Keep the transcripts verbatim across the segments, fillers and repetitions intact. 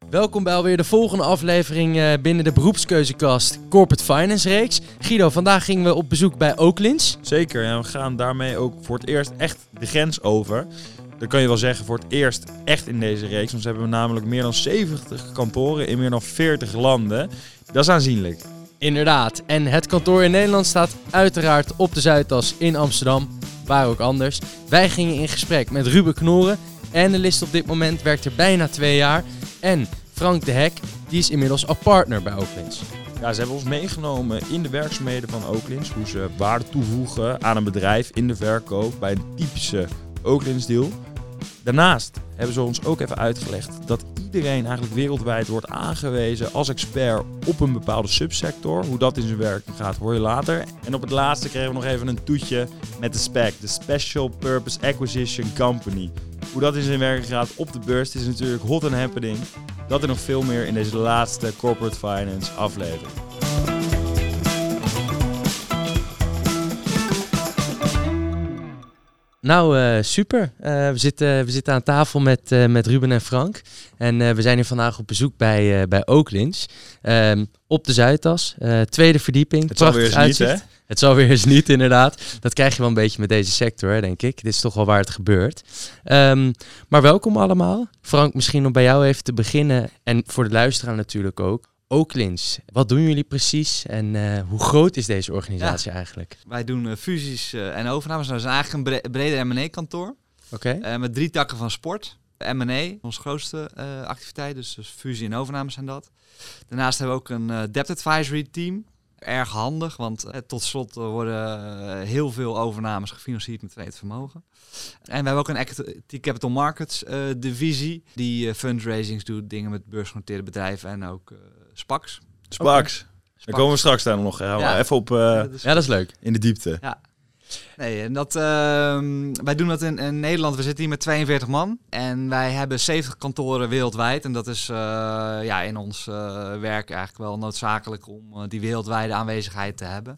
Welkom bij alweer de volgende aflevering uh, binnen de beroepskeuzekast Corporate Finance reeks. Guido, vandaag gingen we op bezoek bij Oaklins. Zeker, en we gaan daarmee ook voor het eerst echt de grens over. Dat kan je wel zeggen, voor het eerst echt in deze reeks. Want ze hebben namelijk meer dan zeventig kantoren in meer dan veertig landen. Dat is aanzienlijk. Inderdaad, en het kantoor in Nederland staat uiteraard op de Zuidas in Amsterdam. Waar ook anders. Wij gingen in gesprek met Ruben Knoren. Analyst op dit moment, werkt er bijna twee jaar. En Frank de Hek, die is inmiddels al partner bij Oaklins. Ja, ze hebben ons meegenomen in de werkzaamheden van Oaklins. Hoe ze waarde toevoegen aan een bedrijf in de verkoop bij een typische Oaklins deal. Daarnaast hebben ze ons ook even uitgelegd dat iedereen eigenlijk wereldwijd wordt aangewezen als expert op een bepaalde subsector. Hoe dat in zijn werking gaat, hoor je later. En op het laatste kregen we nog even een toetje met de S P A C, de Special Purpose Acquisition Company. Hoe dat in zijn werking gaat op de beurs, is natuurlijk hot and happening. Dat en nog veel meer in deze laatste Corporate Finance aflevering. Nou, uh, super. Uh, we, zitten, we zitten aan tafel met, uh, met Ruben en Frank. En uh, we zijn hier vandaag op bezoek bij, uh, bij Oaklins. Um, op de Zuidas, uh, tweede verdieping. Het zal weer eens uitzicht. niet, hè? Het zal weer eens niet, inderdaad. Dat krijg je wel een beetje met deze sector, denk ik. Dit is toch wel waar het gebeurt. Um, maar welkom allemaal. Frank, misschien om bij jou even te beginnen. En voor de luisteraar natuurlijk ook. Oaklins, wat doen jullie precies en uh, hoe groot is deze organisatie ja, eigenlijk? Wij doen uh, fusies uh, en overnames. Nou, we zijn eigenlijk een bre- breder M en A kantoor. Oké. Okay. Uh, met drie takken van sport. M en A, onze grootste uh, activiteit, dus, dus fusie en overnames zijn dat. Daarnaast hebben we ook een uh, debt advisory team. Erg handig, want uh, tot slot uh, worden uh, heel veel overnames gefinancierd met verenigd vermogen. En we hebben ook een equity capital markets uh, divisie die uh, fundraisings doet, dingen met beursgenoteerde bedrijven en ook uh, S P A C's. S P A C's. Daar komen we straks daar nog ja. even op uh, ja, dat is, ja, dat is leuk. In de diepte. Ja. Nee, en dat, uh, wij doen dat in, in Nederland. We zitten hier met tweeënveertig man. En wij hebben zeventig kantoren wereldwijd. En dat is uh, ja, in ons uh, werk eigenlijk wel noodzakelijk om uh, die wereldwijde aanwezigheid te hebben.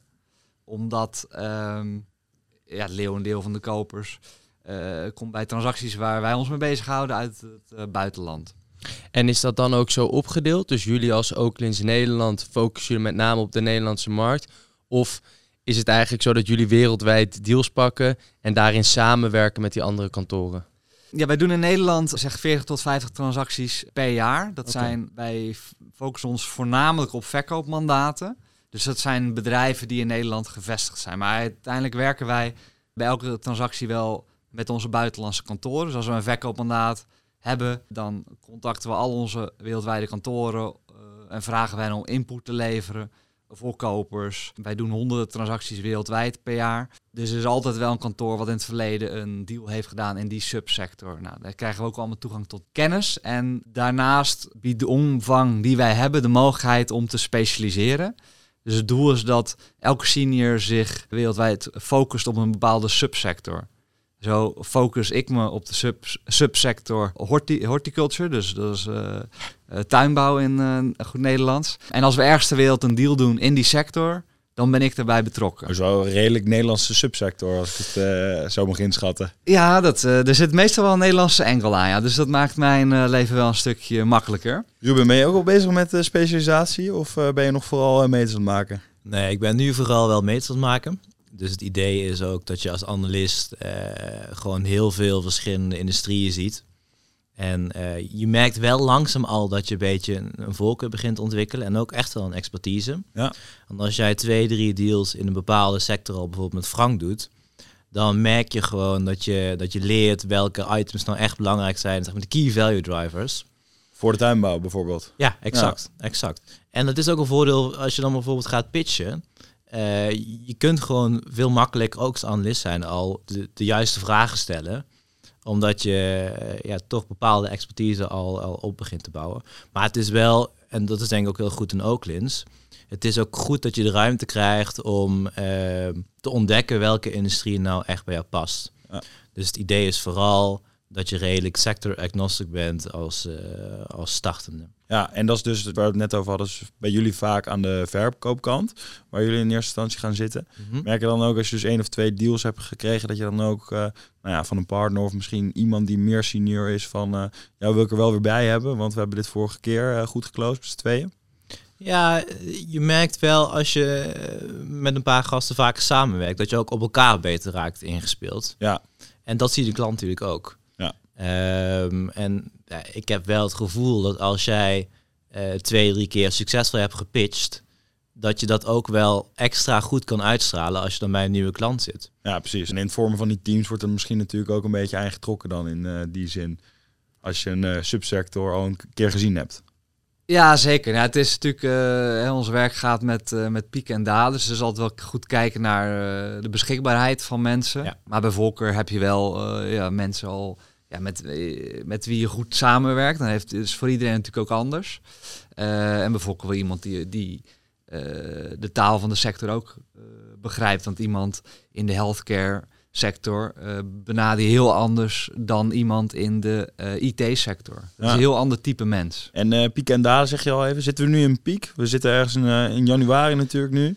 Omdat um, ja, het leeuwendeel van de kopers uh, komt bij transacties waar wij ons mee bezighouden uit het uh, buitenland. En is dat dan ook zo opgedeeld? Dus jullie als Oaklins Nederland focussen jullie met name op de Nederlandse markt? Of is het eigenlijk zo dat jullie wereldwijd deals pakken en daarin samenwerken met die andere kantoren? Ja, wij doen in Nederland zeg veertig tot vijftig transacties per jaar. Dat Okay. zijn, wij focussen ons voornamelijk op verkoopmandaten. Dus dat zijn bedrijven die in Nederland gevestigd zijn. Maar uiteindelijk werken wij bij elke transactie wel met onze buitenlandse kantoren. Dus als we een verkoopmandaat hebben, dan contacten we al onze wereldwijde kantoren uh, en vragen wij hen om input te leveren voor kopers. Wij doen honderden transacties wereldwijd per jaar. Dus er is altijd wel een kantoor wat in het verleden een deal heeft gedaan in die subsector. Nou, daar krijgen we ook allemaal toegang tot kennis. En daarnaast biedt de omvang die wij hebben de mogelijkheid om te specialiseren. Dus het doel is dat elke senior zich wereldwijd focust op een bepaalde subsector. Zo focus ik me op de sub, subsector horti, horticulture, dus dat is uh, uh, tuinbouw in uh, goed Nederlands. En als we ergens ter wereld een deal doen in die sector, dan ben ik erbij betrokken. Dat is wel een redelijk Nederlandse subsector, als ik het uh, zo mag inschatten. Ja, dat, uh, er zit meestal wel een Nederlandse engel aan, ja. Dus dat maakt mijn uh, leven wel een stukje makkelijker. Ruben, ben je ook al bezig met uh, specialisatie of uh, ben je nog vooral uh, meters aan het maken? Nee, ik ben nu vooral wel meters aan het maken. Dus het idee is ook dat je als analist uh, gewoon heel veel verschillende industrieën ziet. En uh, je merkt wel langzaam al dat je een beetje een, een voorkeur begint te ontwikkelen en ook echt wel een expertise. Ja. Want als jij twee, drie deals in een bepaalde sector al bijvoorbeeld met Frank doet, dan merk je gewoon dat je, dat je leert welke items nou echt belangrijk zijn, zeg maar de key value drivers. Voor de tuinbouw bijvoorbeeld. Ja, exact, ja. exact. En dat is ook een voordeel als je dan bijvoorbeeld gaat pitchen. Uh, je kunt gewoon veel makkelijker ook als analist zijn al de, de juiste vragen stellen. Omdat je uh, ja, toch bepaalde expertise al, al op begint te bouwen. Maar het is wel, en dat is denk ik ook heel goed in Oaklins, het is ook goed dat je de ruimte krijgt om uh, te ontdekken welke industrie nou echt bij jou past. Ja. Dus het idee is vooral dat je redelijk sector agnostic bent als, uh, als startende. Ja, en dat is dus waar we het net over hadden, dus bij jullie vaak aan de verkoopkant, waar jullie in eerste instantie gaan zitten. Mm-hmm. Merk je dan ook als je dus één of twee deals hebt gekregen, dat je dan ook uh, nou ja, van een partner of misschien iemand die meer senior is van, uh, ja, wil ik er wel weer bij hebben, want we hebben dit vorige keer uh, goed geclosed met z'n tweeën. Ja, je merkt wel als je met een paar gasten vaker samenwerkt, dat je ook op elkaar beter raakt ingespeeld. Ja. En dat zie de klant natuurlijk ook. Ja. Um, en ja, ik heb wel het gevoel dat als jij uh, twee, drie keer succesvol hebt gepitcht, dat je dat ook wel extra goed kan uitstralen als je dan bij een nieuwe klant zit. Ja, precies. En in het vormen van die teams wordt er misschien natuurlijk ook een beetje aangetrokken dan in uh, die zin. Als je een uh, subsector al een keer gezien hebt. Ja, zeker. Ja, het is natuurlijk, uh, ons werk gaat met, uh, met pieken en dalen. Dus er is altijd wel goed kijken naar uh, de beschikbaarheid van mensen. Ja. Maar bij voorkeur heb je wel uh, ja, mensen al ja, met, uh, met wie je goed samenwerkt. Dan heeft het is voor iedereen natuurlijk ook anders. Uh, en bijvoorbeeld wel iemand die, die uh, de taal van de sector ook uh, begrijpt. Want iemand in de healthcare sector uh, benader je heel anders dan iemand in de uh, I T-sector. Dat ja. is een heel ander type mens. En uh, piek en dalen zeg je al even. Zitten we nu in piek? We zitten ergens in, uh, in januari natuurlijk nu.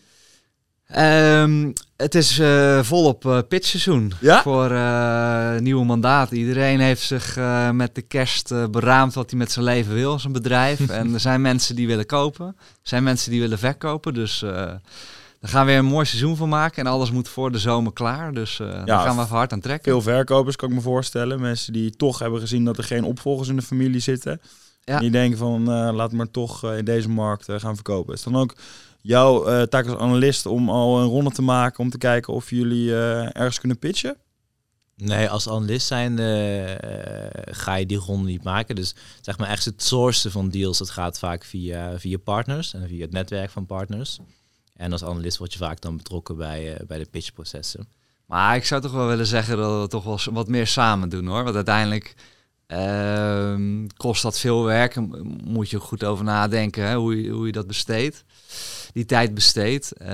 Um, het is uh, volop uh, pitchseizoen ja? voor uh, nieuwe mandaten. Iedereen heeft zich uh, met de kerst uh, beraamd wat hij met zijn leven wil als een bedrijf. En er zijn mensen die willen kopen. Er zijn mensen die willen verkopen. Dus uh, daar gaan we weer een mooi seizoen van maken. En alles moet voor de zomer klaar. Dus uh, ja, daar gaan we even hard aan trekken. Veel verkopers kan ik me voorstellen. Mensen die toch hebben gezien dat er geen opvolgers in de familie zitten. Ja. Die denken van uh, laat maar toch uh, in deze markt uh, gaan verkopen. Is dan ook jouw uh, taak als analist om al een ronde te maken om te kijken of jullie uh, ergens kunnen pitchen? Nee, als analist zijn uh, ga je die ronde niet maken. Dus zeg maar echt het sourcen van deals, dat gaat vaak via, via partners en via het netwerk van partners. En als analist word je vaak dan betrokken bij, uh, bij de pitchprocessen. Maar ik zou toch wel willen zeggen dat we toch wel wat meer samen doen hoor. Want uiteindelijk uh, kost dat veel werk. Moet je goed over nadenken hè, hoe, je, hoe je dat besteedt. Die tijd besteedt. Uh,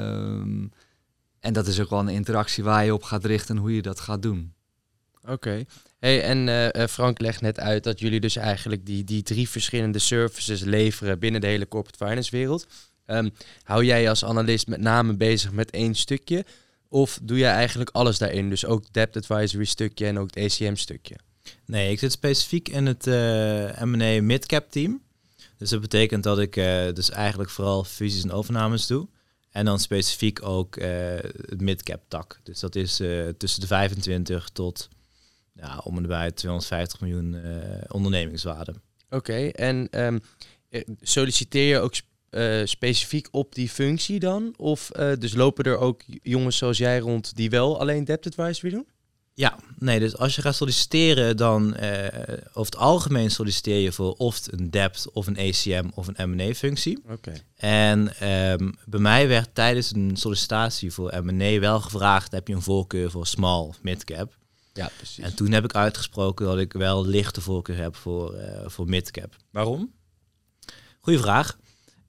en dat is ook wel een interactie waar je op gaat richten en hoe je dat gaat doen. Oké. Okay. Hey, en uh, Frank legt net uit dat jullie dus eigenlijk die, die drie verschillende services leveren binnen de hele corporate finance wereld. Um, hou jij je als analist met name bezig met één stukje? Of doe jij eigenlijk alles daarin? Dus ook het debt advisory stukje en ook het A C M stukje? Nee, ik zit specifiek in het uh, M en A midcap team. Dus dat betekent dat ik uh, dus eigenlijk vooral fusies en overnames doe. En dan specifiek ook uh, het midcap tak. Dus dat is uh, tussen de vijfentwintig tot ja, om en bij tweehonderdvijftig miljoen uh, ondernemingswaarde. Oké, okay, en um, solliciteer je ook sp- uh, specifiek op die functie dan? Of uh, dus lopen er ook jongens zoals jij rond die wel alleen debt advisory doen? Ja, nee, dus als je gaat solliciteren, dan uh, over het algemeen solliciteer je voor of een debt of een A C M of een M en A functie. Okay. En um, bij mij werd tijdens een sollicitatie voor M en A wel gevraagd, heb je een voorkeur voor small of midcap? Ja, precies. En toen heb ik uitgesproken dat ik wel lichte voorkeur heb voor, uh, voor midcap. Waarom? Goeie vraag.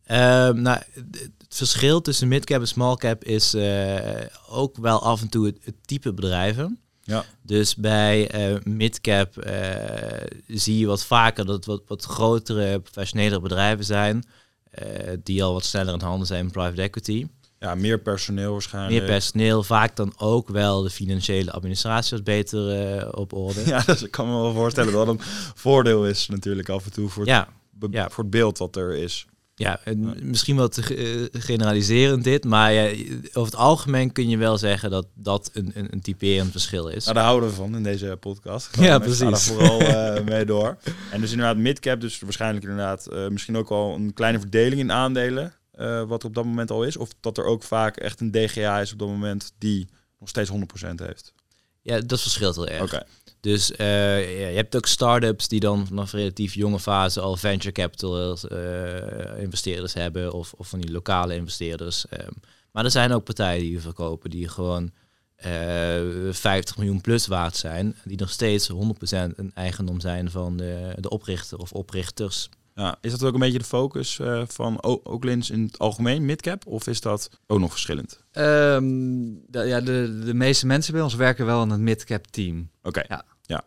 Um, nou, het verschil tussen midcap en small cap is uh, ook wel af en toe het, het type bedrijven. Ja. Dus bij uh, midcap uh, zie je wat vaker dat het wat, wat grotere, professionele bedrijven zijn. Uh, die al wat sneller in handen zijn in private equity. Ja, meer personeel waarschijnlijk. Meer personeel, vaak dan ook wel de financiële administratie wat beter uh, op orde. Ja, dus ik kan me wel voorstellen dat een voordeel is natuurlijk af en toe voor het, ja. be- ja. voor het beeld wat er is. Ja, en misschien wel te ge- generaliserend dit, maar ja, over het algemeen kun je wel zeggen dat dat een, een, een typerend verschil is. Nou, daar houden we van in deze podcast. Ja, ja, precies. Ga daar vooral uh, mee door. En dus inderdaad midcap, dus waarschijnlijk inderdaad uh, misschien ook al een kleine verdeling in aandelen, uh, wat er op dat moment al is. Of dat er ook vaak echt een D G A is op dat moment die nog steeds honderd procent heeft. Ja, dat verschilt heel erg. Okay. Dus uh, ja, je hebt ook start-ups die dan vanaf een relatief jonge fase al venture capital uh, investeerders hebben of, of van die lokale investeerders. Um, maar er zijn ook partijen die je verkopen die gewoon uh, vijftig miljoen plus waard zijn. Die nog steeds honderd procent een eigendom zijn van de, de oprichter of oprichters. Ja, is dat ook een beetje de focus uh, van o- Oaklins in het algemeen, midcap? Of is dat ook nog verschillend? Um, de, ja, de, de meeste mensen bij ons werken wel in het midcap team. Oké. Okay. Ja. ja.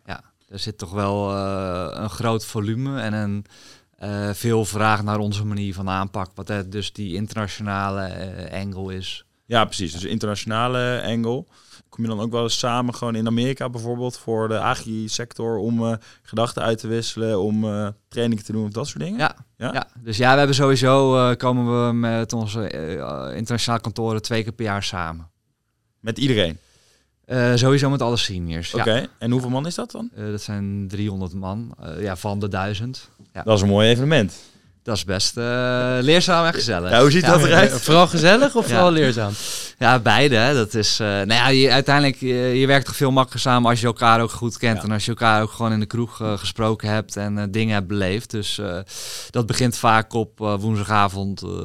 Er zit toch wel uh, een groot volume en een uh, veel vraag naar onze manier van aanpak. Wat er dus die internationale uh, angle is. Ja, precies. Dus internationale angle. Kom je dan ook wel eens samen gewoon in Amerika bijvoorbeeld voor de agri-sector om uh, gedachten uit te wisselen, om uh, trainingen te doen of dat soort dingen? Ja, ja? ja. Dus ja, we hebben sowieso uh, komen we met onze uh, internationale kantoren twee keer per jaar samen. Met iedereen? Uh, sowieso met alle seniors. Oké, ja. En hoeveel man is dat dan? Uh, dat zijn driehonderd man, uh, ja, van de duizend. Ja. Dat is een mooi evenement. Dat is best uh, leerzaam en gezellig. Ja, hoe ziet ja, dat eruit? Vooral gezellig of vooral ja. leerzaam? Ja, beide. Hè. Dat is, uh, nou ja, je, uiteindelijk, je, je werkt toch veel makkelijker samen als je elkaar ook goed kent. Ja. En als je elkaar ook gewoon in de kroeg uh, gesproken hebt en uh, dingen hebt beleefd. Dus uh, dat begint vaak op uh, woensdagavond, uh,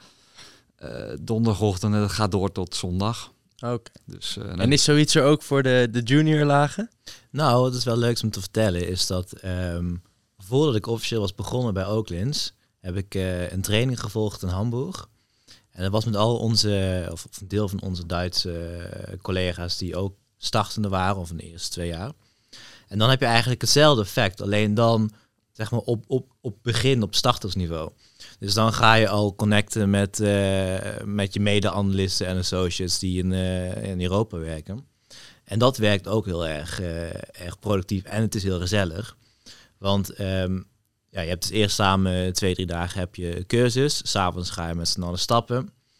uh, donderdagochtend en dat gaat door tot zondag. Oké. Okay. Dus, uh, en is zoiets er ook voor de, de junior lagen? Nou, wat is wel leuk om te vertellen is dat um, voordat ik officieel was begonnen bij Oaklins, heb ik uh, een training gevolgd in Hamburg. En dat was met al onze, of een deel van onze Duitse uh, collega's die ook startende waren, of in de eerste twee jaar. En dan heb je eigenlijk hetzelfde effect, alleen dan zeg maar op, op, op begin, op startersniveau. Dus dan ga je al connecten met, uh, met je mede-analisten en associates die in, uh, in Europa werken. En dat werkt ook heel erg, uh, erg productief en het is heel gezellig. Want um, ja, je hebt dus eerst samen twee, drie dagen heb je cursus. S'avonds ga je met z'n allen stappen.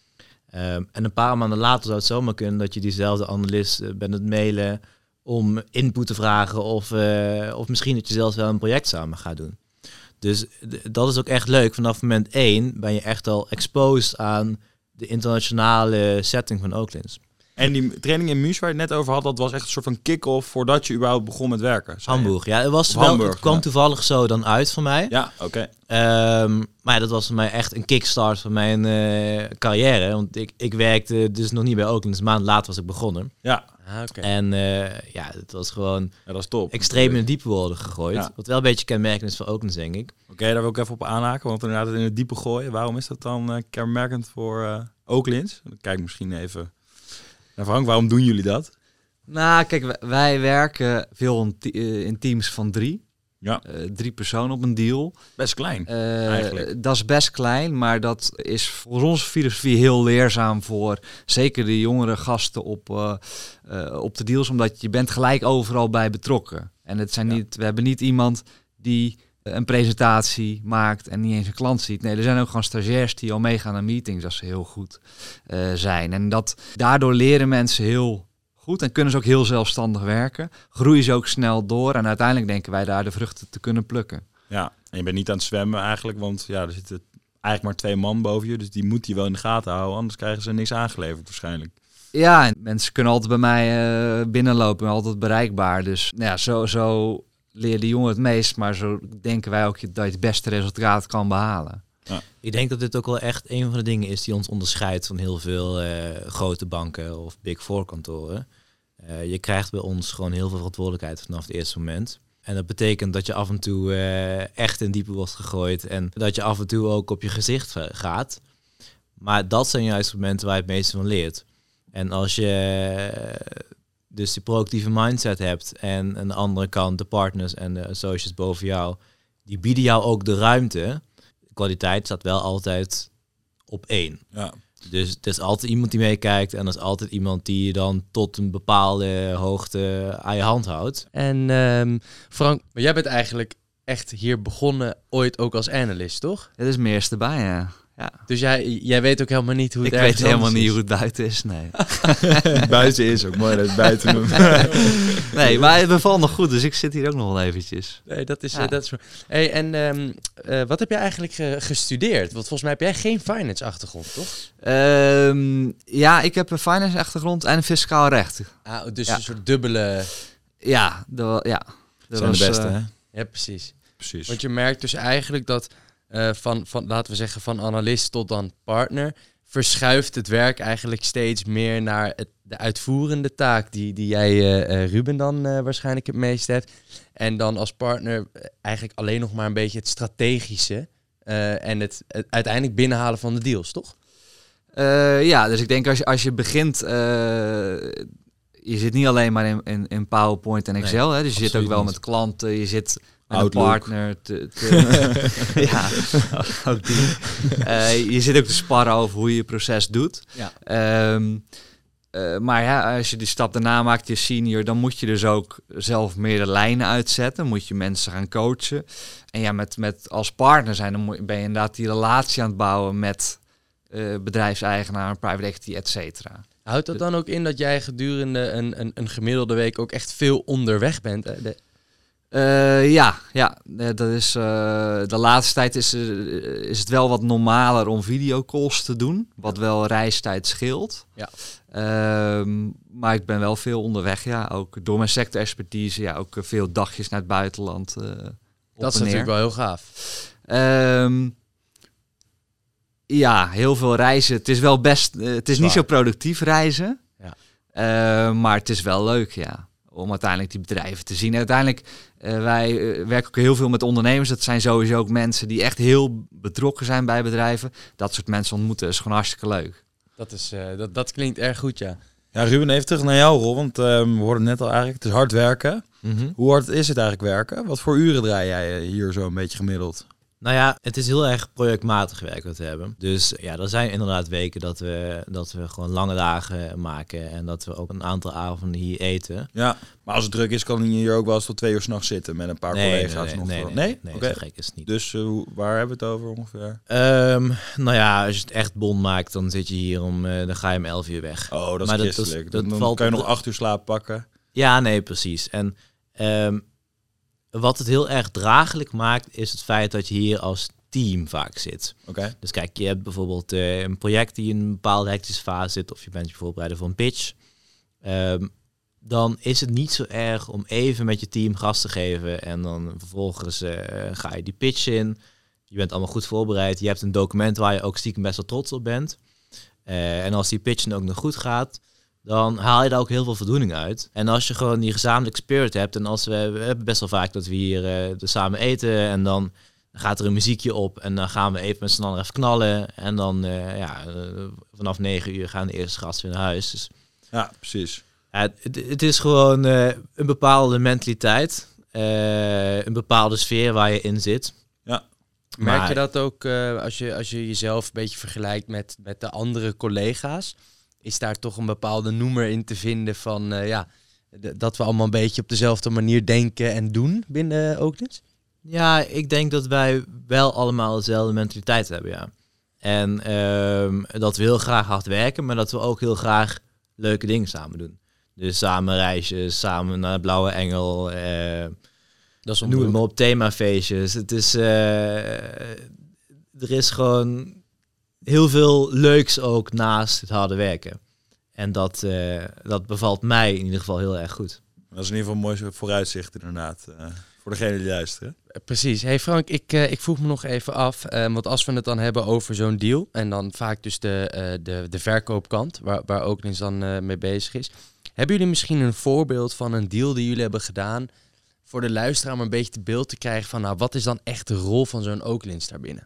Um, en een paar maanden later zou het zomaar kunnen dat je diezelfde analist uh, bent het mailen om input te vragen of, uh, of misschien dat je zelfs wel een project samen gaat doen. Dus d- dat is ook echt leuk. Vanaf moment één ben je echt al exposed aan de internationale setting van Oaklins. En die training in Muus waar je het net over had, dat was echt een soort van kick-off voordat je überhaupt begon met werken. Hamburg, ja. Het, was wel, Hamburg, het kwam ja. toevallig zo dan uit voor mij. Ja, oké. Okay. Um, maar ja, dat was voor mij echt een kickstart van mijn uh, carrière. Want ik, ik werkte dus nog niet bij Oaklins. Een maand later was ik begonnen. Ja. Ah, okay. En uh, ja, het was gewoon ja, dat is top. extreem in de diepe worden gegooid. Ja. Wat wel een beetje kenmerkend is voor Oaklins, denk ik. Oké, okay, daar wil ik even op aanhaken. Want inderdaad in het diepe gooien. Waarom is dat dan uh, kenmerkend voor uh, Oaklins? Dan kijk misschien even naar Frank. Waarom doen jullie dat? Nou, kijk, wij werken veel in, te- in teams van drie. Ja. Uh, drie personen op een deal. Best klein, uh, eigenlijk. Dat is best klein, maar dat is voor onze filosofie heel leerzaam voor zeker de jongere gasten op, uh, uh, op de deals, omdat je bent gelijk overal bij betrokken. En het zijn ja. niet, we hebben niet iemand die een presentatie maakt en niet eens een klant ziet. Nee, er zijn ook gewoon stagiairs die al meegaan naar meetings als ze heel goed uh, zijn. En dat, daardoor leren mensen heel goed en kunnen ze ook heel zelfstandig werken. Groeien ze ook snel door en uiteindelijk denken wij daar de vruchten te kunnen plukken. Ja, en je bent niet aan het zwemmen eigenlijk, want ja, er zitten eigenlijk maar twee man boven je, dus die moet je wel in de gaten houden, anders krijgen ze niks aangeleverd waarschijnlijk. Ja, en mensen kunnen altijd bij mij uh, binnenlopen, altijd bereikbaar. Dus nou ja, zo, zo leer de jongen het meest, maar zo denken wij ook dat je het beste resultaat kan behalen. Ja. Ik denk dat dit ook wel echt een van de dingen is die ons onderscheidt van heel veel uh, grote banken of Big Four kantoren. Uh, je krijgt bij ons gewoon heel veel verantwoordelijkheid vanaf het eerste moment. En dat betekent dat je af en toe uh, echt in diepe wordt gegooid en dat je af en toe ook op je gezicht gaat. Maar dat zijn juist momenten waar je het meeste van leert. En als je dus die proactieve mindset hebt en aan de andere kant de partners en de associates boven jou, die bieden jou ook de ruimte. De kwaliteit staat wel altijd op één. Ja. Dus er is altijd iemand die meekijkt en er is altijd iemand die je dan tot een bepaalde hoogte aan je hand houdt. En um, Frank, maar jij bent eigenlijk echt hier begonnen ooit ook als analyst, toch? Het is meer eens erbij, ja. Ja. Dus jij, jij weet ook helemaal niet hoe het ik ergens weet helemaal is. niet hoe het buiten is, nee. Buiten is ook mooi dat het buiten noemt. Nee, maar het bevalt nog goed, dus ik zit hier ook nog wel eventjes. Nee, dat is... Ja. Uh, dat is hey, en um, uh, wat heb jij eigenlijk uh, gestudeerd? Want volgens mij heb jij geen finance achtergrond, toch? Um, ja, ik heb een finance achtergrond en een fiscaal recht. Ah, dus ja. een soort dubbele... Ja, dat, ja. Dat zijn was, de beste, uh, hè? Ja, precies. Precies. Want je merkt dus eigenlijk dat uh, van, van, laten we zeggen, van analist tot dan partner, verschuift het werk eigenlijk steeds meer naar het, de uitvoerende taak die, die jij, uh, uh, Ruben, dan uh, waarschijnlijk het meest hebt. En dan als partner uh, eigenlijk alleen nog maar een beetje het strategische uh, en het, het uiteindelijk binnenhalen van de deals, toch? Uh, ja, dus ik denk als je, als je begint... Uh, je zit niet alleen maar in, in, in PowerPoint en Excel. Nee, hè, dus je zit ook absoluut wel niet. met klanten, je zit met Outlook. een partner. Te, te, ja, ook die. Uh, je zit ook te sparren over hoe je je proces doet. Ja. Um, uh, maar ja, als je die stap daarna maakt, je senior, dan moet je dus ook zelf meer de lijnen uitzetten. Moet je mensen gaan coachen. En ja, met, met als partner zijn, dan moet, ben je inderdaad die relatie aan het bouwen met uh, bedrijfseigenaar, private equity, et cetera. Houdt dat dan ook in dat jij gedurende een, een, een gemiddelde week ook echt veel onderweg bent? Hè? De... Uh, ja, ja, dat is, uh, de laatste tijd is, uh, is het wel wat normaler om videocalls te doen, wat wel reistijd scheelt. Ja. Um, maar ik ben wel veel onderweg, ja. Ook door mijn sector-expertise, ja, ook veel dagjes naar het buitenland. Uh, dat is natuurlijk wel heel gaaf. Um, ja, heel veel reizen. Het is wel best, uh, het is Zwaar. niet zo productief reizen, ja. uh, maar het is wel leuk, ja. Om uiteindelijk die bedrijven te zien. En uiteindelijk, uh, wij uh, werken ook heel veel met ondernemers. Dat zijn sowieso ook mensen die echt heel betrokken zijn bij bedrijven. Dat soort mensen ontmoeten is gewoon hartstikke leuk. Dat, is, uh, dat, dat klinkt erg goed, ja. Ja, Ruben, even terug naar jouw rol. Want uh, we hoorden net al eigenlijk, het is hard werken. Mm-hmm. Hoe hard is het eigenlijk werken? Wat voor uren draai jij hier zo een beetje gemiddeld? Nou ja, het is heel erg projectmatig werk wat we hebben. Dus ja, er zijn inderdaad weken dat we, dat we gewoon lange dagen maken en dat we ook een aantal avonden hier eten. Ja, maar als het druk is, kan je hier ook wel eens tot twee uur 's nachts zitten met een paar nee, collega's. Nee, nog nee, voor. nee, nee, nee, okay. zo gek is het niet. Dus uh, waar hebben we het over ongeveer? Um, nou ja, als je het echt bon maakt, dan zit je hier om, uh, dan ga je om elf uur weg. Oh, dat is maar christelijk. Dat, dat, dan dat kan je nog de... acht uur slaap pakken. Ja, nee, precies. En um, wat het heel erg draaglijk maakt, is het feit dat je hier als team vaak zit. Okay. Dus kijk, je hebt bijvoorbeeld uh, een project die in een bepaalde hectische fase zit, of je bent je voorbereiden voor een pitch. Um, dan is het niet zo erg om even met je team gas te geven en dan vervolgens uh, ga je die pitch in. Je bent allemaal goed voorbereid. Je hebt een document waar je ook stiekem best wel trots op bent. Uh, en als die pitch dan ook nog goed gaat, dan haal je daar ook heel veel voldoening uit. En als je gewoon die gezamenlijke spirit hebt, en als we, we hebben best wel vaak dat we hier uh, samen eten en dan gaat er een muziekje op en dan gaan we even met z'n allen even knallen. En dan uh, ja, uh, vanaf negen uur gaan de eerste gasten weer naar huis. Dus, ja, precies. Uh, het, het is gewoon uh, een bepaalde mentaliteit. Uh, een bepaalde sfeer waar je in zit. Ja. Merk maar, je dat ook uh, als, je, als je jezelf een beetje vergelijkt met, met de andere collega's? Is daar toch een bepaalde noemer in te vinden van uh, ja, d- dat we allemaal een beetje op dezelfde manier denken en doen binnen uh, Oaklins? Ja, ik denk dat wij wel allemaal dezelfde mentaliteit hebben, ja. En uh, dat we heel graag hard werken, maar dat we ook heel graag leuke dingen samen doen. Dus samen reisjes, samen naar Blauwe Engel, uh, dat is noem het maar op, themafeestjes. Het is, uh, er is gewoon heel veel leuks ook naast het harde werken. En dat, uh, dat bevalt mij in ieder geval heel erg goed. Dat is in ieder geval een mooi vooruitzicht inderdaad. Uh, voor degene die luisteren. Precies. Hey Frank, ik, uh, ik vroeg me nog even af. Uh, want als we het dan hebben over zo'n deal. En dan vaak dus de, uh, de, de verkoopkant. Waar, waar Oaklins dan uh, mee bezig is. Hebben jullie misschien een voorbeeld van een deal die jullie hebben gedaan. Voor de luisteraar om een beetje te beeld te krijgen van. Nou, wat is dan echt de rol van zo'n Oaklins daarbinnen?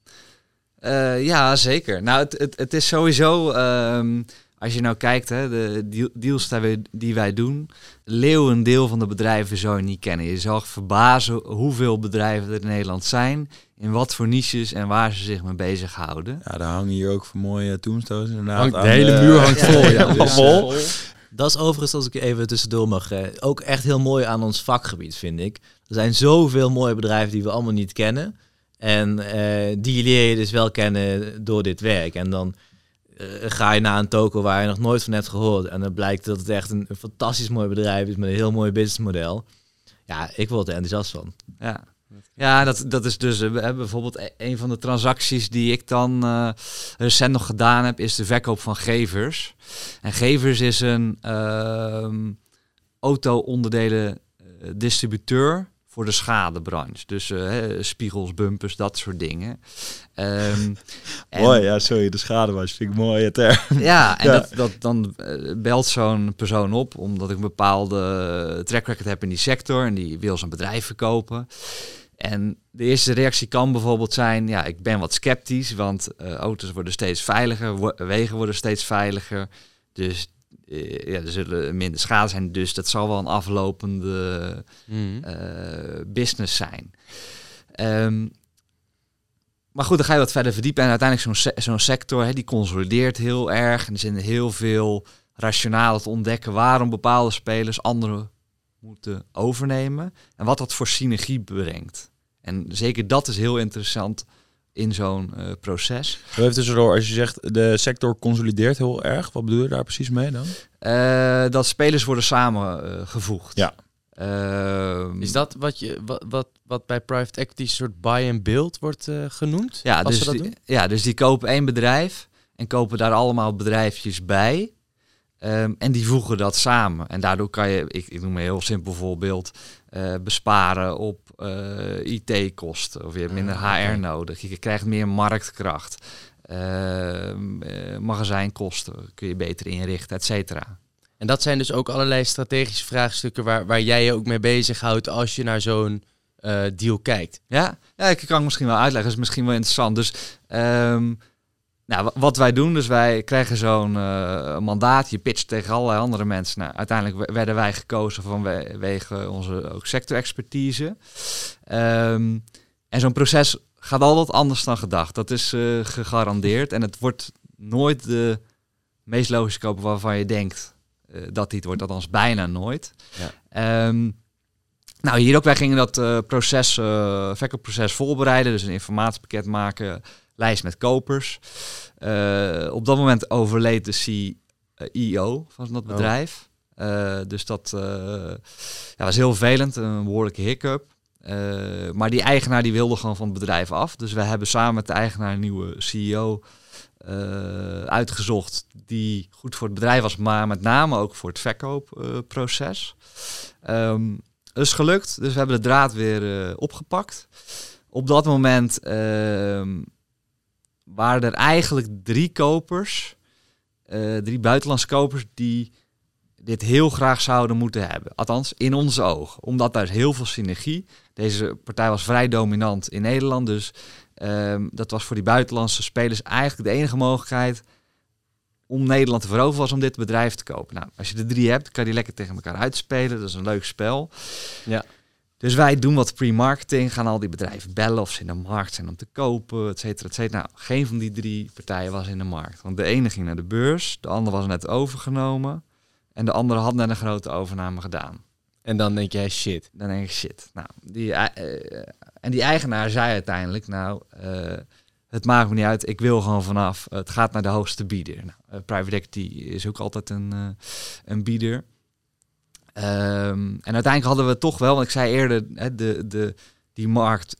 Uh, ja, zeker. Nou, het, het, het is sowieso... Um, als je nou kijkt, hè, de deals die wij doen, leeuwendeel van de bedrijven zou je niet kennen. Je zal verbazen hoeveel bedrijven er in Nederland zijn, in wat voor niches en waar ze zich mee bezighouden. Ja, daar hangen hier ook voor mooie tombstones inderdaad. Hangt, de aan hele de, muur hangt vol. Ja, ja, dus, vol. Dat is overigens, als ik even tussendoor mag, uh, ook echt heel mooi aan ons vakgebied, vind ik. Er zijn zoveel mooie bedrijven die we allemaal niet kennen. En uh, die leer je dus wel kennen door dit werk. En dan Uh, ga je naar een toko waar je nog nooit van hebt gehoord. En dan blijkt dat het echt een, een fantastisch mooi bedrijf is met een heel mooi businessmodel. Ja, ik word er enthousiast van. Ja, ja dat, dat is dus uh, bijvoorbeeld een van de transacties die ik dan uh, recent nog gedaan heb, is de verkoop van Gevers. En Gevers is een uh, auto-onderdelen uh, distributeur voor de schadebranche. Dus uh, spiegels, bumpers, dat soort dingen. Um, mooi, ja, sorry, de schade was, vind ik mooi. Het er. Ja, en ja. Dat, dat, dan uh, belt zo'n persoon op, omdat ik een bepaalde track record heb in die sector en die wil zijn bedrijf verkopen. En de eerste reactie kan bijvoorbeeld zijn, ja, ik ben wat sceptisch, want uh, auto's worden steeds veiliger, wo- wegen worden steeds veiliger. Dus uh, ja, er zullen minder schade zijn. Dus dat zal wel een aflopende Mm. uh, business zijn. Um, maar goed, dan ga je wat verder verdiepen. En uiteindelijk zo'n, se- zo'n sector, hè, die consolideert heel erg. En er zijn heel veel rationale te ontdekken waarom bepaalde spelers andere moeten overnemen. En wat dat voor synergie brengt. En zeker dat is heel interessant in zo'n uh, proces. Even tussendoor, als je zegt de sector consolideert heel erg, wat bedoel je daar precies mee dan? Uh, dat spelers worden samengevoegd. Ja. Uh, Is dat wat, je, wat, wat, wat bij private equity een soort buy and build wordt uh, genoemd? ja, als dus ze dat die, doen? ja, dus die kopen één bedrijf en kopen daar allemaal bedrijfjes bij. Um, en die voegen dat samen. En daardoor kan je, ik, ik noem een heel simpel voorbeeld, uh, besparen op uh, I T-kosten. Of je hebt minder Ah, H R oké. nodig. Je krijgt meer marktkracht. Uh, uh, magazijnkosten kun je beter inrichten, et cetera. En dat zijn dus ook allerlei strategische vraagstukken waar, waar jij je ook mee bezighoudt als je naar zo'n uh, deal kijkt. Ja? ja, ik kan het misschien wel uitleggen. Dat is misschien wel interessant. Dus um, nou, wat wij doen, dus wij krijgen zo'n uh, mandaat. Je pitcht tegen allerlei andere mensen. Nou, uiteindelijk werden wij gekozen vanwege onze ook sectorexpertise. Um, en zo'n proces gaat altijd anders dan gedacht. Dat is uh, gegarandeerd. En het wordt nooit de meest logische koper waarvan je denkt uh, dat die het wordt. Althans bijna nooit. Ja. Um, nou, hier ook. Wij gingen dat uh, proces, uh, verkoopproces voorbereiden. Dus een informatiepakket maken, lijst met kopers. Uh, op dat moment overleed de C E O van dat bedrijf. Oh. Uh, dus dat uh, ja, was heel vervelend, een behoorlijke hiccup. Uh, maar die eigenaar die wilde gewoon van het bedrijf af. Dus we hebben samen met de eigenaar een nieuwe C E O uh, uitgezocht die goed voor het bedrijf was, maar met name ook voor het verkoopproces. Uh, um, dat is gelukt, dus we hebben de draad weer uh, opgepakt. Op dat moment uh, waren er eigenlijk drie kopers, uh, drie buitenlandse kopers die dit heel graag zouden moeten hebben. Althans, in onze ogen. Omdat daar is heel veel synergie. Deze partij was vrij dominant in Nederland. Dus um, dat was voor die buitenlandse spelers eigenlijk de enige mogelijkheid om Nederland te veroveren, was om dit bedrijf te kopen. Nou, als je de drie hebt, kan je die lekker tegen elkaar uitspelen. Dat is een leuk spel. Ja. Dus wij doen wat pre-marketing, gaan al die bedrijven bellen of ze in de markt zijn om te kopen, et cetera, et cetera. Nou, geen van die drie partijen was in de markt. Want de ene ging naar de beurs, de andere was net overgenomen en de andere had net een grote overname gedaan. En dan denk jij, shit. Dan denk ik, shit. Nou, die, uh, en die eigenaar zei uiteindelijk, nou, uh, het maakt me niet uit, ik wil gewoon vanaf. Het gaat naar de hoogste bieder. Nou, uh, private equity is ook altijd een, uh, een bieder. Um, en uiteindelijk hadden we toch wel, want ik zei eerder, hè, de, de, die markt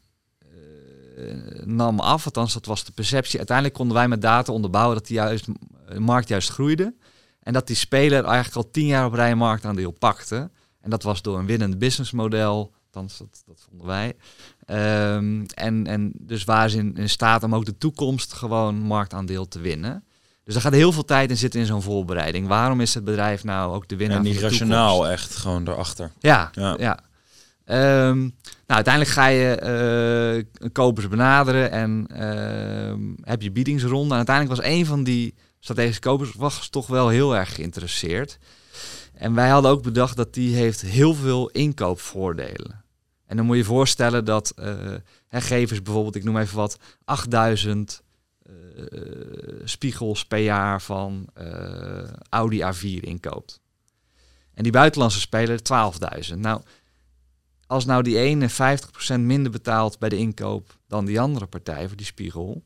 uh, nam af. Althans, dat was de perceptie. Uiteindelijk konden wij met data onderbouwen dat die juist, de markt juist groeide. En dat die speler eigenlijk al tien jaar op rij een marktaandeel pakte. En dat was door een winnend businessmodel. Althans, dat, dat vonden wij. Um, en, en dus waren ze in, in staat om ook de toekomst gewoon marktaandeel te winnen. Dus daar gaat heel veel tijd in zitten in zo'n voorbereiding. Waarom is het bedrijf nou ook de winnaar en van niet de rationaal toekomst? echt gewoon daarachter. Ja, Ja. ja. Um, nou, uiteindelijk ga je uh, kopers benaderen en uh, heb je biedingsronde. En uiteindelijk was een van die strategische kopers was toch wel heel erg geïnteresseerd. En wij hadden ook bedacht dat die heeft heel veel inkoopvoordelen. En dan moet je je voorstellen dat uh, hergevers bijvoorbeeld, ik noem even wat, achtduizend uh, spiegels per jaar van uh, Audi A vier inkoopt. En die buitenlandse speler twaalfduizend. Nou, als nou die ene vijftig procent minder betaalt bij de inkoop dan die andere partij voor die spiegel,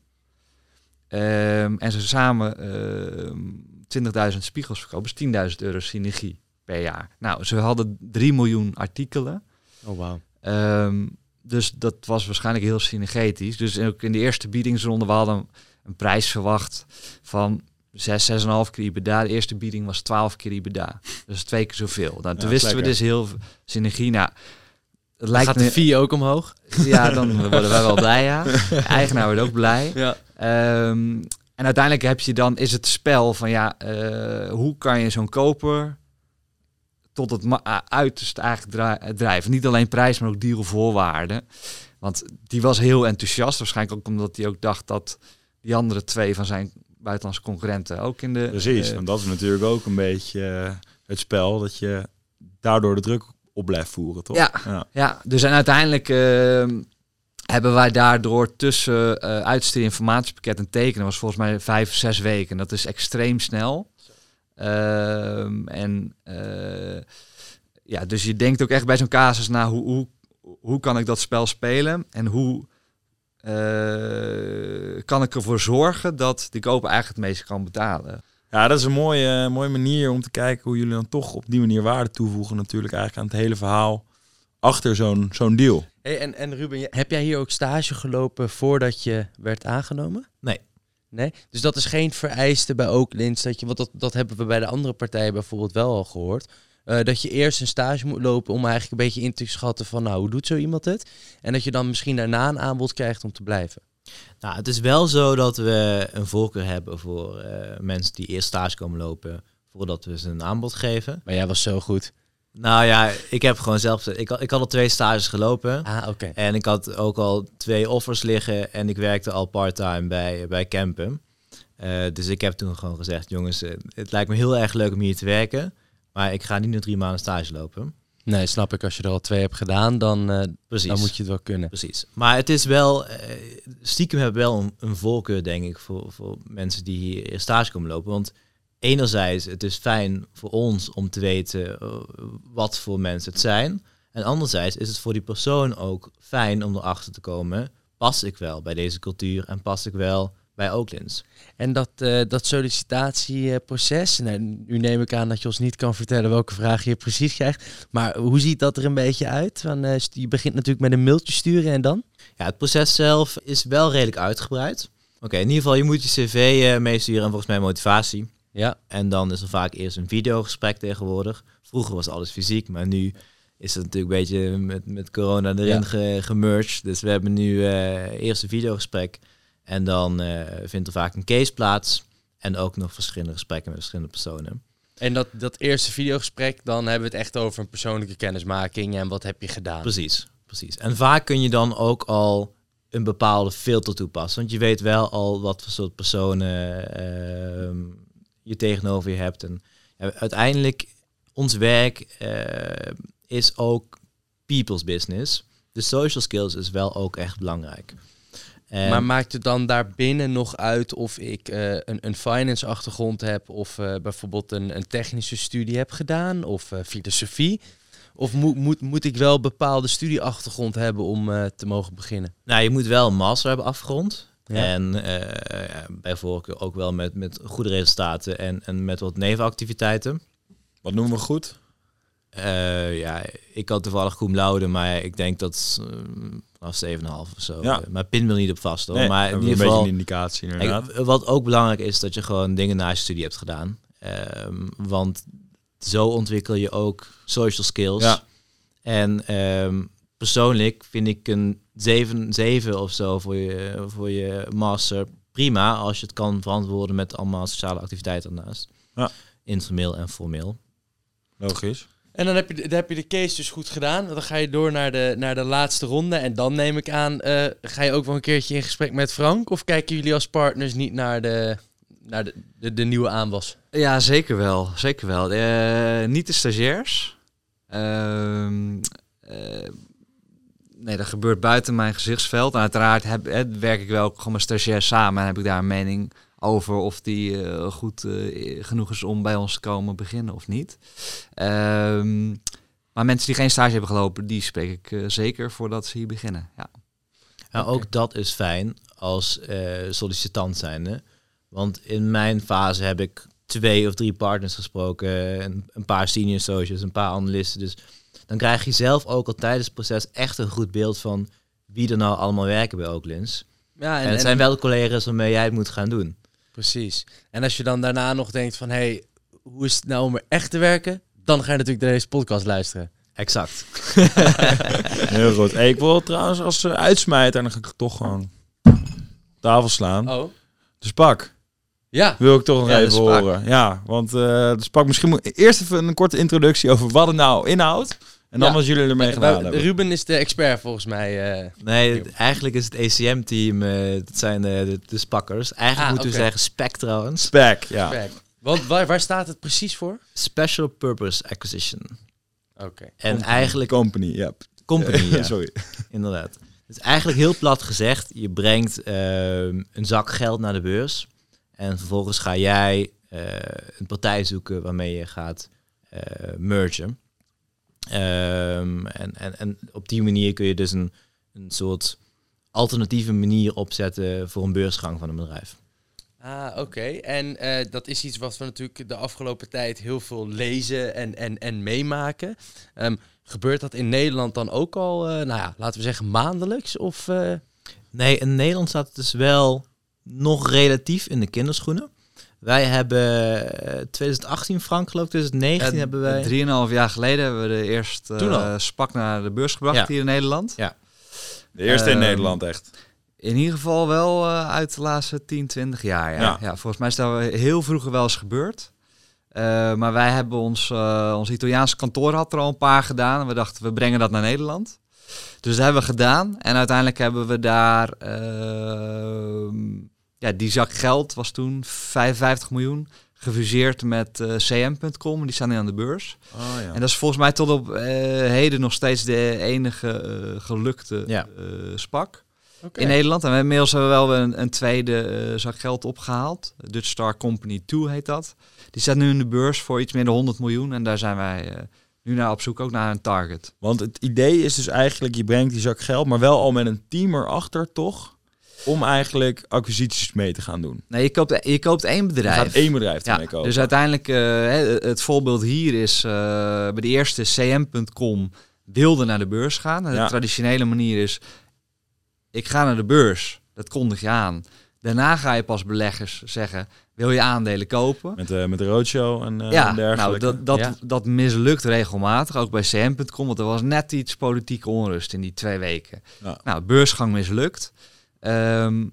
um, en ze samen uh, twintigduizend spiegels verkopen, is tienduizend euro synergie per jaar. Nou, ze hadden drie miljoen artikelen. Oh, wauw. Um, dus dat was waarschijnlijk heel synergetisch. Dus ook in de eerste biedingsronde, we hadden een prijs verwacht van zes, zes komma vijf keer I B D A. De eerste bieding was twaalf keer I B D A. Dus twee keer zoveel. Nou, toen Ja, wisten lekker. we dus heel veel synergie. Nou, het lijkt Gaat me, de fee ook omhoog? ja, dan worden wij wel blij, ja. De eigenaar wordt ook blij. Ja. Um, en uiteindelijk heb je dan, is het spel van ja, uh, hoe kan je zo'n koper tot het ma- uiterste eigenlijk dra- drijven. Niet alleen prijs, maar ook dealvoorwaarden. Want die was heel enthousiast. Waarschijnlijk ook omdat hij ook dacht dat die andere twee van zijn buitenlandse concurrenten ook in de... Precies, uh, want dat is natuurlijk ook een beetje uh, het spel, dat je daardoor de druk op blijft voeren, toch? Ja, ja. ja dus en uiteindelijk uh, hebben wij daardoor tussen uh, uitsturen, informatiepakket en tekenen, was volgens mij vijf, zes weken. Dat is extreem snel. Uh, en uh, ja, dus je denkt ook echt bij zo'n casus na, hoe, hoe, hoe kan ik dat spel spelen en hoe uh, kan ik ervoor zorgen dat de koper eigenlijk het meeste kan betalen. Ja, dat is een mooie, mooie manier om te kijken hoe jullie dan toch op die manier waarde toevoegen natuurlijk eigenlijk aan het hele verhaal achter zo'n, zo'n deal. Hey, en, en Ruben, heb jij hier ook stage gelopen voordat je werd aangenomen? Nee. Nee? Dus dat is geen vereiste bij Oaklins, dat je, want dat, dat hebben we bij de andere partijen bijvoorbeeld wel al gehoord. Uh, dat je eerst een stage moet lopen om eigenlijk een beetje in te schatten van, nou, hoe doet zo iemand het? En dat je dan misschien daarna een aanbod krijgt om te blijven. Nou, het is wel zo dat we een voorkeur hebben voor uh, mensen die eerst stage komen lopen voordat we ze een aanbod geven. Maar jij was zo goed. Nou ja, ik heb gewoon zelf... Ik had, ik had al twee stages gelopen. Ah, oké. Okay. En ik had ook al twee offers liggen en ik werkte al part-time bij, bij Campen. Uh, dus ik heb toen gewoon gezegd, jongens, uh, het lijkt me heel erg leuk om hier te werken. Maar ik ga niet nog drie maanden stage lopen. Nee, snap ik. Als je er al twee hebt gedaan, dan, uh, dan moet je het wel kunnen. Precies. Maar het is wel... Uh, stiekem hebben we wel een, een voorkeur, denk ik, voor, voor mensen die hier stage komen lopen. Want enerzijds, het is fijn voor ons om te weten uh, wat voor mensen het zijn. En anderzijds is het voor die persoon ook fijn om erachter te komen, pas ik wel bij deze cultuur en pas ik wel bij Oaklins. En dat, uh, dat sollicitatieproces, nou, nu neem ik aan dat je ons niet kan vertellen welke vraag je precies krijgt, maar hoe ziet dat er een beetje uit? Van, uh, je begint natuurlijk met een mailtje sturen en dan? Ja, het proces zelf is wel redelijk uitgebreid. Oké, okay, in ieder geval, je moet je cv uh, meesturen en volgens mij motivatie. Ja. En dan is er vaak eerst een videogesprek tegenwoordig. Vroeger was alles fysiek, maar nu is het natuurlijk een beetje met, met corona erin ja. ge, gemerged. Dus we hebben nu uh, eerst een videogesprek. En dan uh, vindt er vaak een case plaats. En ook nog verschillende gesprekken met verschillende personen. En dat, dat eerste videogesprek, dan hebben we het echt over een persoonlijke kennismaking. En wat heb je gedaan? Precies, precies. En vaak kun je dan ook al een bepaalde filter toepassen. Want je weet wel al wat voor soort personen uh, je tegenover je hebt. En ja, uiteindelijk, ons werk uh, is ook people's business. De social skills is wel ook echt belangrijk. En maar maakt het dan daarbinnen nog uit of ik uh, een, een finance achtergrond heb of uh, bijvoorbeeld een, een technische studie heb gedaan of uh, filosofie? Of moet, moet, moet ik wel een bepaalde studieachtergrond hebben om uh, te mogen beginnen? Nou, je moet wel een master hebben afgerond. Ja. En uh, bij voorkeur ook wel met, met goede resultaten en, en met wat nevenactiviteiten. Wat noemen we goed? Uh, ja, ik had toevallig cum laude, maar ik denk dat uh, vanaf zeven komma vijf of zo. Ja. Maar pin wil niet op vast hoor. Nee, maar in ieder een geval beetje een indicatie inderdaad. Kijk, wat ook belangrijk is dat je gewoon dingen naast je studie hebt gedaan. Um, want zo ontwikkel je ook social skills. Ja. En um, persoonlijk vind ik een zeven, zeven of zo voor je, voor je master prima als je het kan verantwoorden met allemaal sociale activiteiten ernaast. Ja. Informeel en formeel. Logisch. En dan heb je, de, dan heb je de case dus goed gedaan. Dan ga je door naar de, naar de laatste ronde. En dan neem ik aan, uh, ga je ook wel een keertje in gesprek met Frank? Of kijken jullie als partners niet naar de, naar de, de, de nieuwe aanwas? Ja, zeker wel. Zeker wel. Uh, niet de stagiairs. Uh, uh, nee, dat gebeurt buiten mijn gezichtsveld. En uiteraard heb, uh, werk ik wel ook gewoon met stagiairs samen. En heb ik daar een mening over of die uh, goed uh, genoeg is om bij ons te komen beginnen of niet. Um, maar mensen die geen stage hebben gelopen, die spreek ik uh, zeker voordat ze hier beginnen. Ja. Nou, okay. Ook dat is fijn als uh, sollicitant zijnde. Want in mijn fase heb ik twee of drie partners gesproken, een, een paar senior associates, een paar analisten. Dus dan krijg je zelf ook al tijdens het proces echt een goed beeld van wie er nou allemaal werken bij Oaklins. Ja, en, en het en, zijn wel de collega's waarmee jij het moet gaan doen. Precies. En als je dan daarna nog denkt van, hé, hey, hoe is het nou om er echt te werken? Dan ga je natuurlijk naar deze podcast luisteren. Exact. Heel goed. Hey, ik wil trouwens als uh, uitsmijter, dan ga ik toch gewoon tafel slaan. Oh. De Spak. Ja. Wil ik toch nog ja, even horen. Ja, want uh, de Spak, misschien moet eerst even een korte introductie over wat het nou inhoudt. En dan Ja. was jullie ermee gedaan Uh, hebben. Ruben is de expert volgens mij. Uh, Nee, het- eigenlijk is het E C M-team, uh, dat zijn uh, de, de spakkers. Eigenlijk Ah, moeten we oké. zeggen spec trouwens. Spec, ja. Kijk. Want waar, waar staat het precies voor? Special Purpose Acquisition. Oké. En Company. eigenlijk... Company, ja. Company, ja. Sorry. Inderdaad. Dus eigenlijk heel plat gezegd, je brengt uh, een zak geld naar de beurs. En vervolgens ga jij uh, een partij zoeken waarmee je gaat uh, mergen. Um, en, en, en op die manier kun je dus een, een soort alternatieve manier opzetten voor een beursgang van een bedrijf. Ah, oké. Okay. En uh, dat is iets wat we natuurlijk de afgelopen tijd heel veel lezen en, en, en meemaken. Um, gebeurt dat in Nederland dan ook al, uh, nou ja, laten we zeggen maandelijks? Of, uh... Nee, in Nederland staat het dus wel nog relatief in de kinderschoenen. Wij hebben uh, twintig achttien, Frank geloof ik, twintig negentien Ja, hebben wij... Drieënhalf jaar geleden hebben we de eerste uh, SPAC naar de beurs gebracht ja. hier in Nederland. Ja. De eerste in Um, Nederland, echt. In ieder geval wel uh, uit de laatste tien, twintig jaar. Ja. Ja. Ja, volgens mij is dat heel vroeger wel eens gebeurd. Uh, maar wij hebben ons, uh, ons Italiaanse kantoor had er al een paar gedaan. En we dachten, we brengen dat naar Nederland. Dus dat hebben we gedaan. En uiteindelijk hebben we daar... Uh, ja, die zak geld was toen vijfenvijftig miljoen. Gefuseerd met uh, C M punt com. Die staan nu aan de beurs. Oh, ja. En dat is volgens mij tot op uh, heden nog steeds de enige uh, gelukte Ja. uh, SPAC. Okay. In Nederland. En we inmiddels hebben we wel een, een tweede uh, zak geld opgehaald. Dutch Star Company twee heet dat. Die staat nu in de beurs voor iets meer dan honderd miljoen. En daar zijn wij uh, nu naar op zoek, ook naar een target. Want het idee is dus eigenlijk, je brengt die zak geld, maar wel al met een team erachter, toch? Om eigenlijk acquisities mee te gaan doen. Nee, je koopt, je koopt één Je bedrijf. gaat één bedrijf Ja, ermee kopen. dus uiteindelijk, uh, het voorbeeld hier is, uh, bij de eerste C M punt com wilde naar de beurs gaan. En de Ja. traditionele manier is, ik ga naar de beurs, dat kondig je aan. Daarna ga je pas beleggers zeggen, wil je aandelen kopen? Met, uh, met de roadshow en, uh, Ja, en dergelijke. nou, dat, dat, Ja. dat mislukt regelmatig, ook bij C M punt com, want er was net iets politieke onrust in die twee weken. Ja. Nou, beursgang mislukt. Um,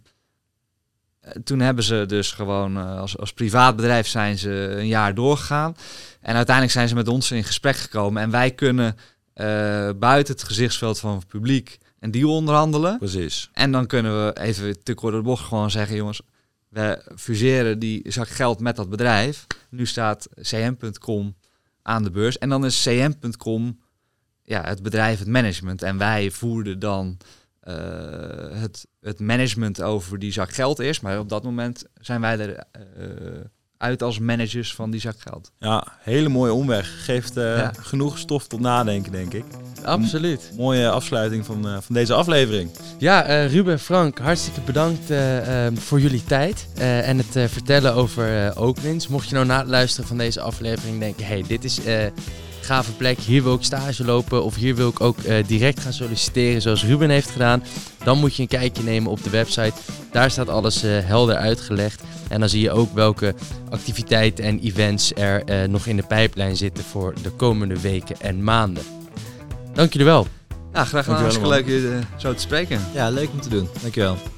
toen hebben ze dus gewoon, uh, als, als privaat bedrijf zijn ze een jaar doorgegaan. En uiteindelijk zijn ze met ons in gesprek gekomen. En wij kunnen uh, buiten het gezichtsveld van het publiek een deal onderhandelen. Precies. En dan kunnen we even te kort door de bocht gewoon zeggen, jongens, we fuseren die zak geld met dat bedrijf. Nu staat C M punt com aan de beurs. En dan is C M punt com ja, het bedrijf, het management. En wij voerden dan uh, het, het management over die zak geld eerst. Maar op dat moment zijn wij er uh, uit als managers van die zak geld. Ja, hele mooie omweg. Geeft uh, Ja. genoeg stof tot nadenken, denk ik. Absoluut. Mooie afsluiting van, uh, van deze aflevering. Ja, uh, Ruben, Frank, hartstikke bedankt uh, um, voor jullie tijd uh, en het uh, vertellen over uh, Oaklins. Mocht je nou na het luisteren van deze aflevering denken, hey, dit is uh, een gave plek, hier wil ik stage lopen of hier wil ik ook uh, direct gaan solliciteren zoals Ruben heeft gedaan, dan moet je een kijkje nemen op de website. Daar staat alles uh, helder uitgelegd en dan zie je ook welke activiteiten en events er uh, nog in de pijplijn zitten voor de komende weken en maanden. Dank jullie wel. Ja, graag gedaan. Dankjewel, Hartstikke leuk je uh, zo te spreken. Ja, leuk om te doen. Dankjewel.